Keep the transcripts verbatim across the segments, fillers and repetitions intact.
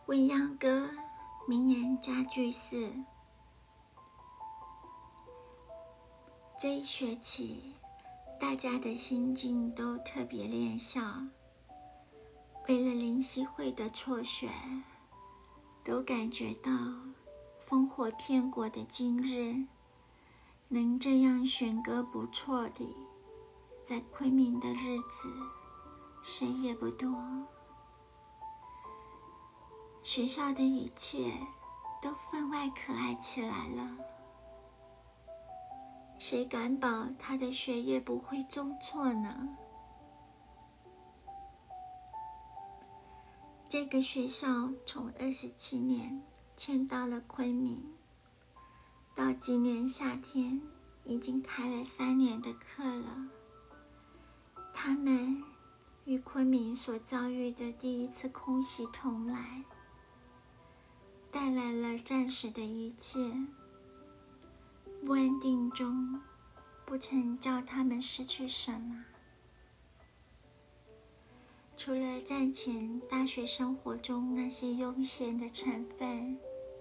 未央歌名言佳句四。这一学期，大家的心境都特别恋笑。为了灵犀会的辍学，都感觉到烽火骗过的今日，能这样弦歌不辍地在昆明的日子，谁也不多。学校的一切都分外可爱起来了。谁敢保他的学业不会中错呢？这个学校从二十七年迁到了昆明，到今年夏天已经开了三年的课了。他们与昆明所遭遇的第一次空袭同来，带来了暂时的一切，不安定中不曾叫他们失去什么，除了战前大学生活中那些悠闲的成分。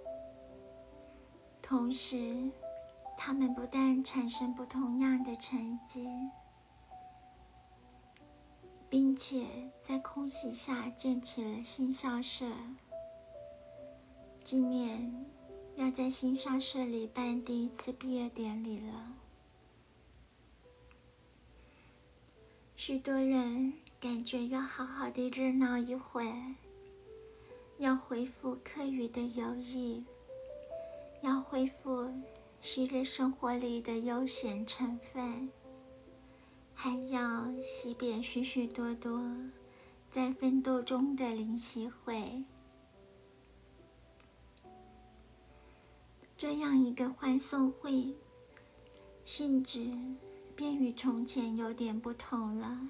同时，他们不但产生不同样的成绩，并且在空袭下建起了新校舍。今年要在新校舍里办第一次毕业典礼了。许多人感觉要好好的热闹一回，要恢复课余的友谊，要恢复昔日生活里的悠闲成分，还要洗扁许许多多在奋斗中的灵犀会。这样一个欢送会，性质便与从前有点不同了。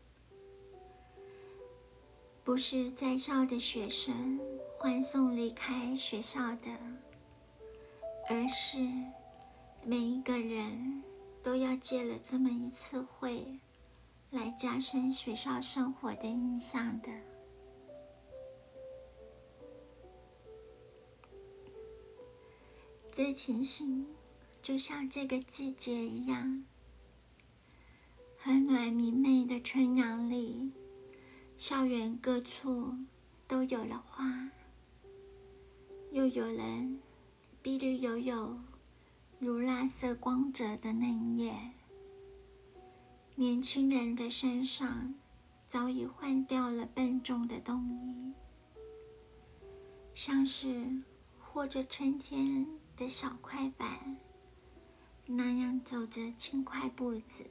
不是在校的学生欢送离开学校的，而是每一个人都要借了这么一次会，来加深学校生活的印象的。这情形就像这个季节一样，很暖明媚的春阳里，校园各处都有了花，又有人碧绿油油如蜡色光泽的嫩叶。年轻人的身上早已换掉了笨重的冬衣，像是或着春天的小快板那样走着轻快步子。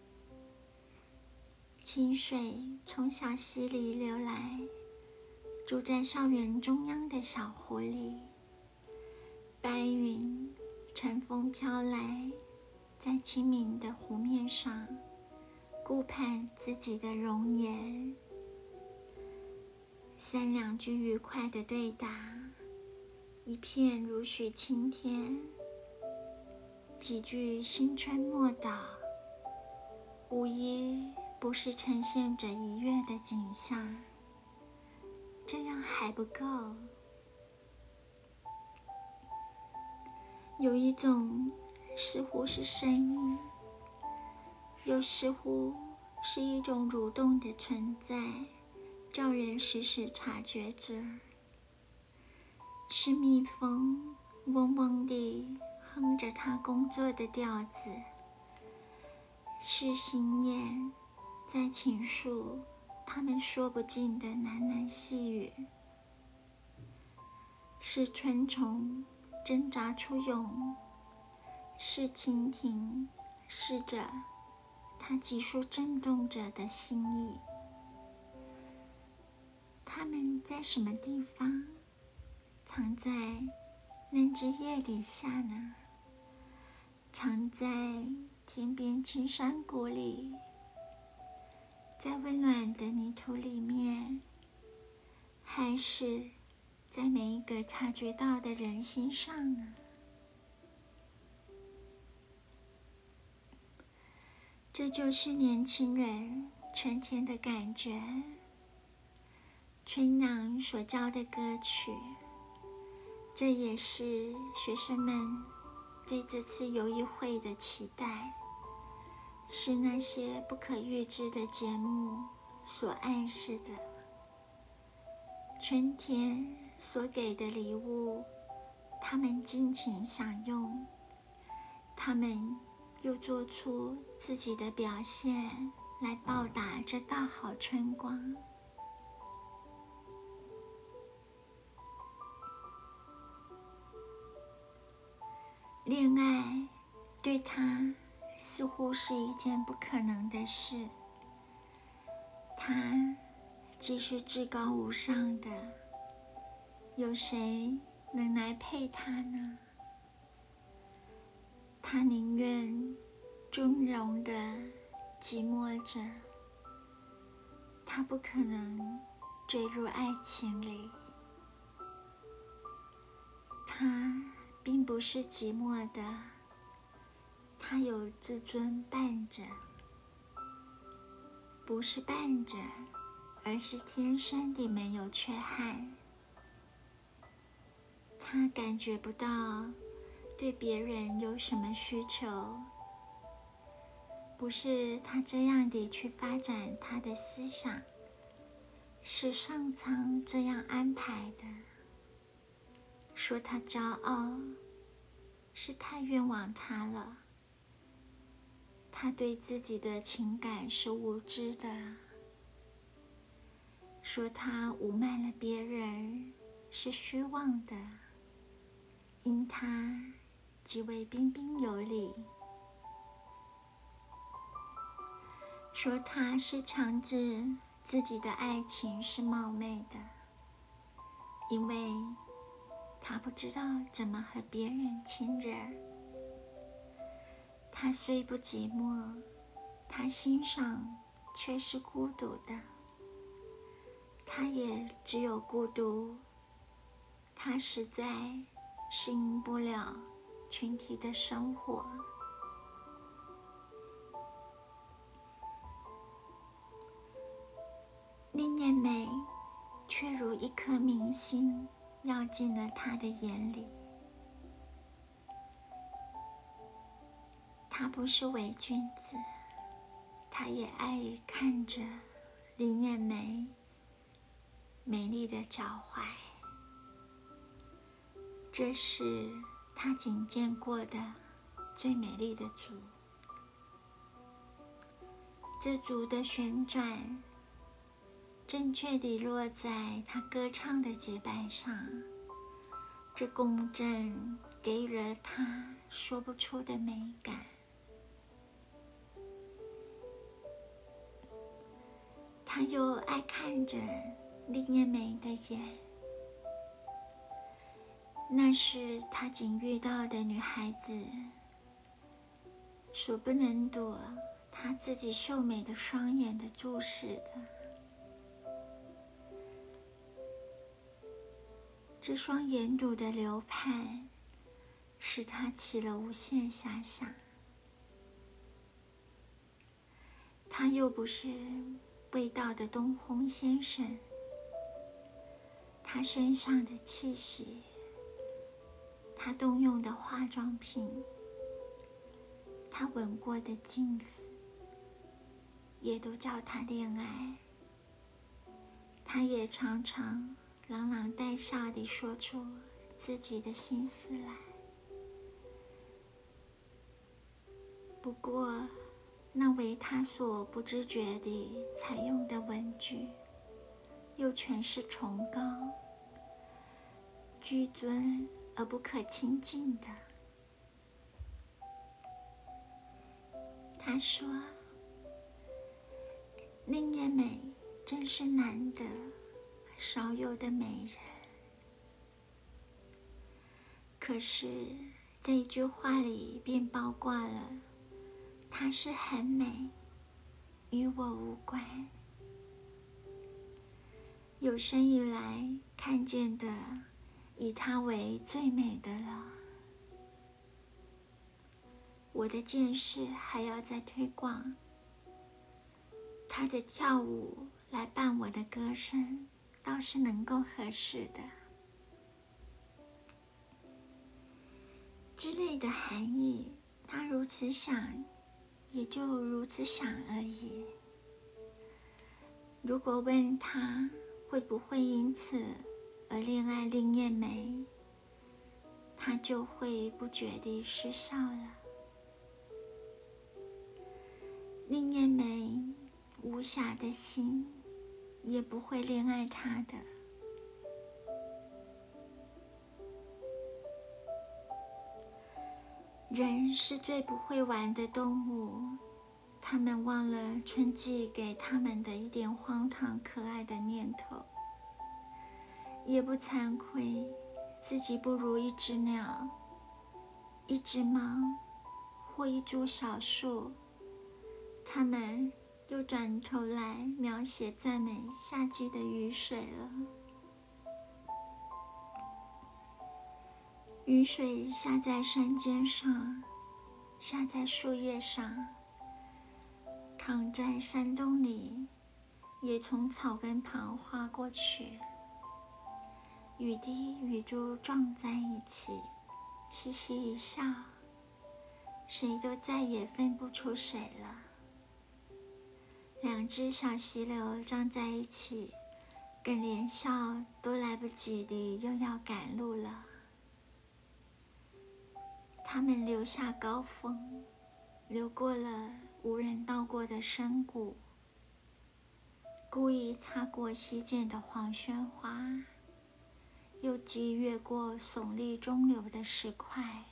清水从小溪里流来，住在校园中央的小湖里。白云乘风飘来，在清明的湖面上顾盼自己的容颜。三两句愉快的对答，一片如许晴天，几句新春默祷，无一不是呈现着愉悦的景象。这样还不够，有一种似乎是声音，又似乎是一种蠕动的存在，叫人时时察觉着。是蜜蜂嗡嗡地哼着它工作的调子，是心燕在倾诉他们说不尽的喃喃细语，是春虫挣扎出蛹，是蜻蜓试着它急速震动着的心意。它们在什么地方？藏在那枝叶底下呢？藏在天边青山谷里，在温暖的泥土里面，还是在每一个察觉到的人心上呢？这就是年轻人春天的感觉。 春娘所教的歌曲，这也是学生们对这次游艺会的期待，是那些不可预知的节目所暗示的。春天所给的礼物，他们尽情享用，他们又做出自己的表现来报答这大好春光。恋爱对他似乎是一件不可能的事，他既是至高无上的，有谁能来配他呢？他宁愿尊荣的寂寞着，他不可能坠入爱情里。他并不是寂寞的，他有自尊伴着，不是伴着，而是天生的没有缺憾。他感觉不到对别人有什么需求，不是他这样的去发展他的思想，是上苍这样安排的。说他骄傲，是太冤枉他了。他对自己的情感是无知的。说他侮慢了别人，是虚妄的，因他极为彬彬有礼。说他是强制自己的爱情是冒昧的，因为他不知道怎么和别人亲热。他虽不寂寞，他心上却是孤独的。他也只有孤独，他实在适应不了群体的生活。林叶美却如一颗明星耀进了他的眼里。他不是伪君子，他也爱看着林叶美美丽的脚踝。这是他仅见过的最美丽的足。这足的旋转正确地落在他歌唱的节拍上，这共振给予了他说不出的美感。他又爱看着林叶美的眼，那是他仅遇到的女孩子所不能躲她自己秀美的双眼的注视的。这双眼堵的流盼，使他起了无限遐想。他又不是味道的东烘先生，他身上的气息，他动用的化妆品，他吻过的镜子，也都叫他恋爱。他也常常朗朗带笑地说出自己的心思来。不过那为他所不知觉地采用的文句，又全是崇高、居尊而不可亲近的。他说：“林叶美真是难得少有的美人。”可是这一句话里便包括了她是很美，与我无关。有生以来看见的，以她为最美的了。我的见识还要再推广，她的跳舞来伴我的歌声， 倒是能够合适的之类的含义。他如此想，也就如此想而已。如果问他会不会因此而恋爱令艳梅，他就会不觉地失笑了。令艳梅无暇的心也不会恋爱他的。人是最不会玩的动物，他们忘了春季给他们的一点荒唐可爱的念头，也不惭愧自己不如一只鸟、一只猫或一株小树。他们又转头来描写赞美夏季的雨水了。雨水下在山尖上，下在树叶上，躺在山洞里，也从草根旁滑过去。雨滴雨珠撞在一起，嘻嘻一笑，谁都再也分不出谁了。两只小溪流撞在一起，更连笑都来不及地又要赶路了。他们留下高峰，流过了无人到过的深谷，故意擦过溪涧的黄宣花，又急越过耸立中流的石块。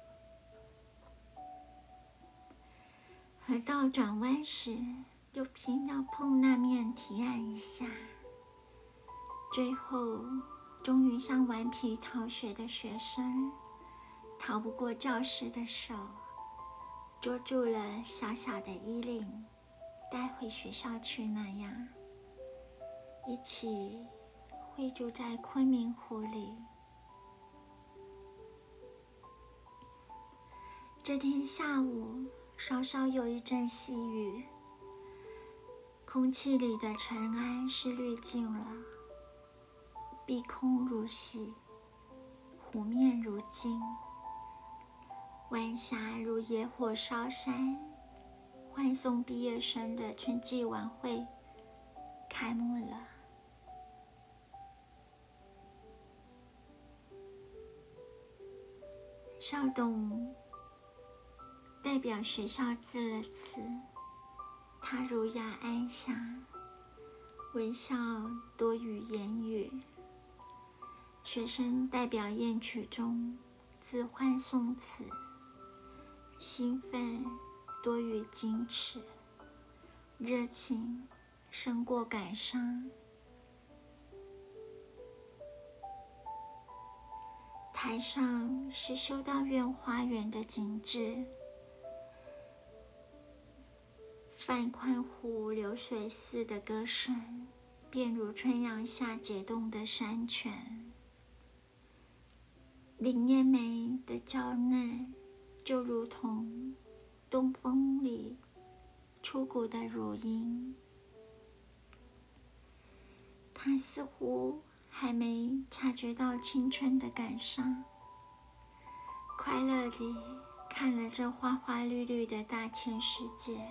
河道转弯时，又偏要碰那面堤岸一下，最后终于像顽皮逃学的学生，逃不过教师的手，捉住了小小的衣领，带回学校去那样，一起汇住在昆明湖里。这天下午稍稍有一阵细雨，空气里的尘埃是滤净了，碧空如洗，湖面如镜，晚霞如野火烧山。欢送毕业生的春季晚会开幕了。校董代表学校致了辞，他儒雅安详，微笑多于言语。学生代表宴曲中自欢送辞，兴奋多于矜持，热情胜过感伤。台上是修道院花园的景致，范宽湖流水似的歌声，便如春阳下解冻的山泉。林艳梅的娇嫩，就如同东风里出谷的乳音。她似乎还没察觉到青春的感伤，快乐地看了这花花绿绿的大千世界。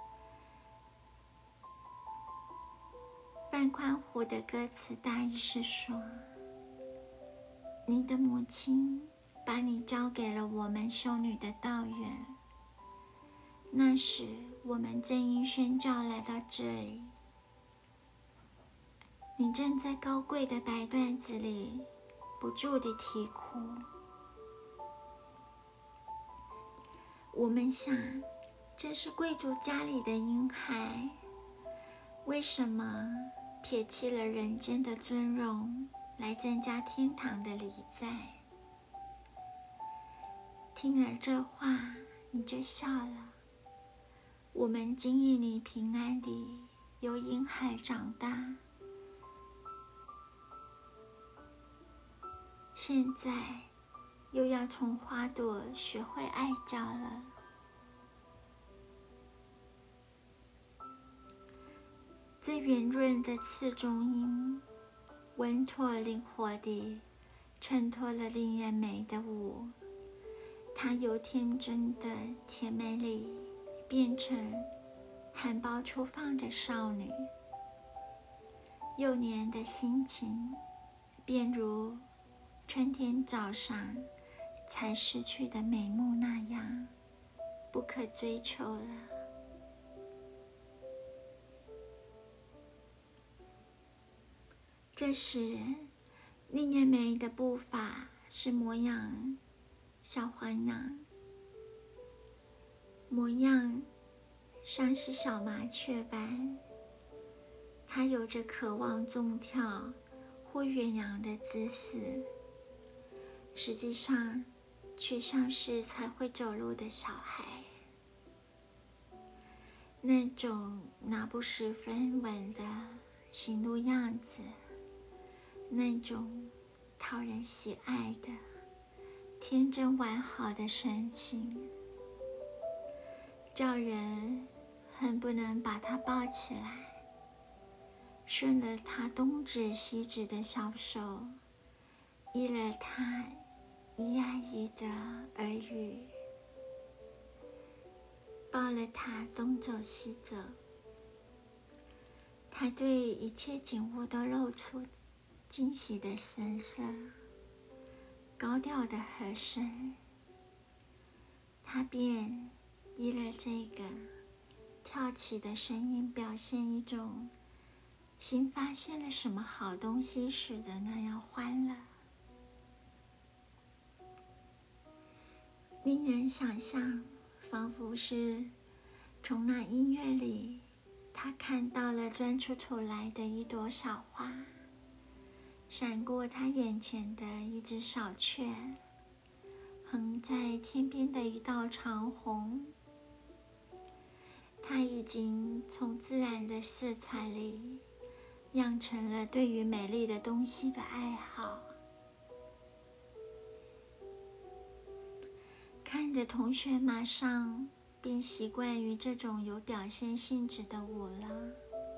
范宽湖的歌词大意是说，你的母亲把你交给了我们修女的道院，那时我们正因宣教来到这里，你正在高贵的白缎子里不住地啼哭。我们想，这是贵族家里的婴孩，为什么撇弃了人间的尊荣，来增加天堂的礼在？听了这话，你就笑了。我们今夜你平安地由婴孩长大，现在又要从花朵学会爱娇了。最圆润的次中音稳妥灵活地衬托了林艳梅的舞。她由天真的甜美里变成含苞初放的少女，幼年的心情便如春天早上才失去的美梦那样不可追求了。这时，林艳梅的步伐是模样小黄羊，模样像是小麻雀般。她有着渴望纵跳或远扬的姿势，实际上却像是才会走路的小孩，那种拿不十分稳的行路样子，那种讨人喜爱的天真完好的神情，叫人恨不能把她抱起来，顺了她东指西指的小手，依了她一呀一的耳语，抱了她东走西走。她对一切景物都露出惊喜的神色，高调的和声，她便依了这个跳起的声音，表现一种新发现了什么好东西似的那样欢乐，令人想象，仿佛是从那音乐里，他看到了钻出头来的一朵小花，闪过他眼前的一只小雀，横在天边的一道长虹。他已经从自然的色彩里养成了对于美丽的东西的爱好。看的同学马上便习惯于这种有表现性质的舞了。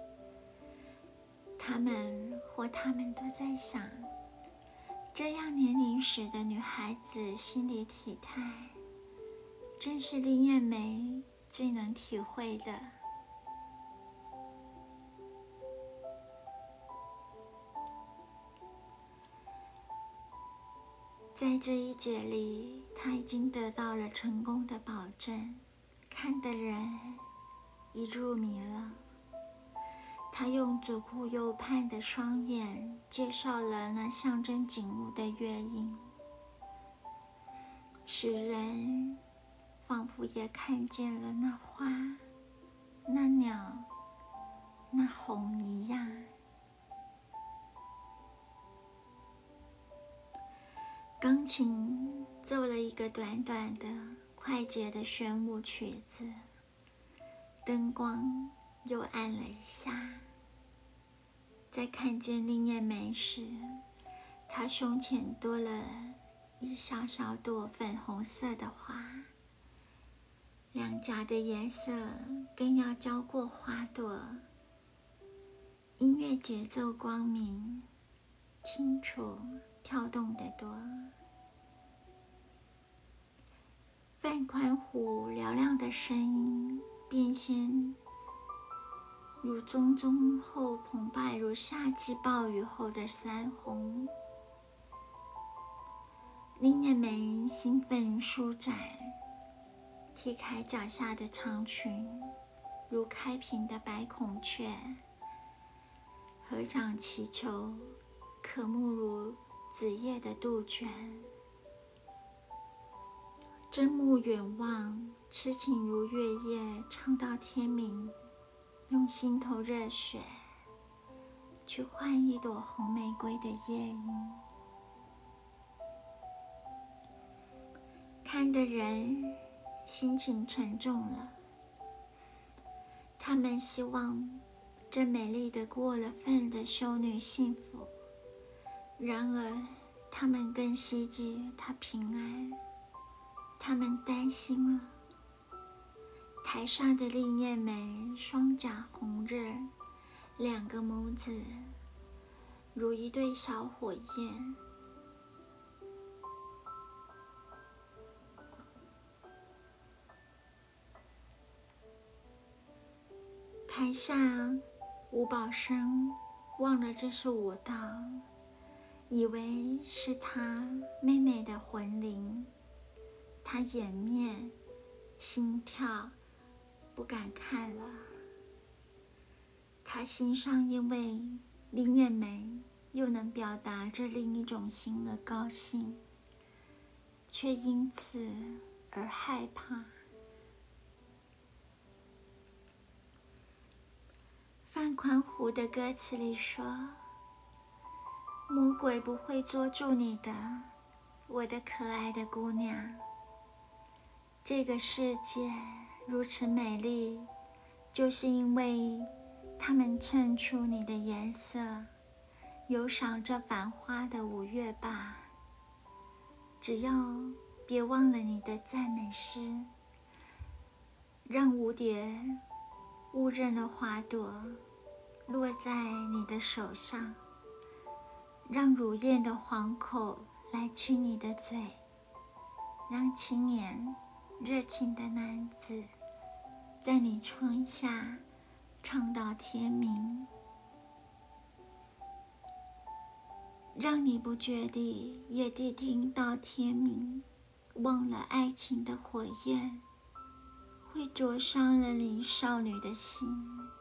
他们或他们都在想，这样年龄时的女孩子心理体态，正是林艳梅最能体会的。在这一节里，她已经得到了成功的保证，看的人已入迷了。他用左顾右盼的双眼介绍了那象征景物的乐音，使人仿佛也看见了那花、那鸟、那虹一样。钢琴奏了一个短短的、快捷的旋舞曲子，灯光又暗了一下。在看见林艳梅时，她胸前多了一小小朵粉红色的花，两颊的颜色更要浇过花朵。音乐节奏光明、清楚、跳动得多。范宽湖嘹亮的声音变现如中宗后澎湃如夏季暴雨后的山洪。林艳梅兴奋舒展，踢开脚下的长裙，如开屏的白孔雀，合掌祈求，渴慕如子夜的杜鹃。睁目远望，痴情如月夜，唱到天明，用心头热血去换一朵红玫瑰的夜莺。看的人心情沉重了，他们希望这美丽的过了分的修女幸福，然而他们更希冀她平安。他们担心了。台上的林艳梅双颊红热，两个眸子如一对小火焰。台下吴宝生忘了这是舞蹈，以为是他妹妹的魂灵，他掩面心跳，不敢看了。他心上因为林艳梅又能表达着另一种新的高兴，却因此而害怕。范宽湖的歌词里说：魔鬼不会捉住你的，我的可爱的姑娘。这个世界如此美丽，就是因为它们衬出你的颜色，忧赏这繁花的五月吧。只要别忘了你的赞美诗，让蝴蝶误认了花朵落在你的手上，让乳艳的黄口来亲你的嘴，让青年热情的男子在你窗下唱到天明，让你不觉地也谛听到天明，忘了爱情的火焰会灼伤了你少女的心。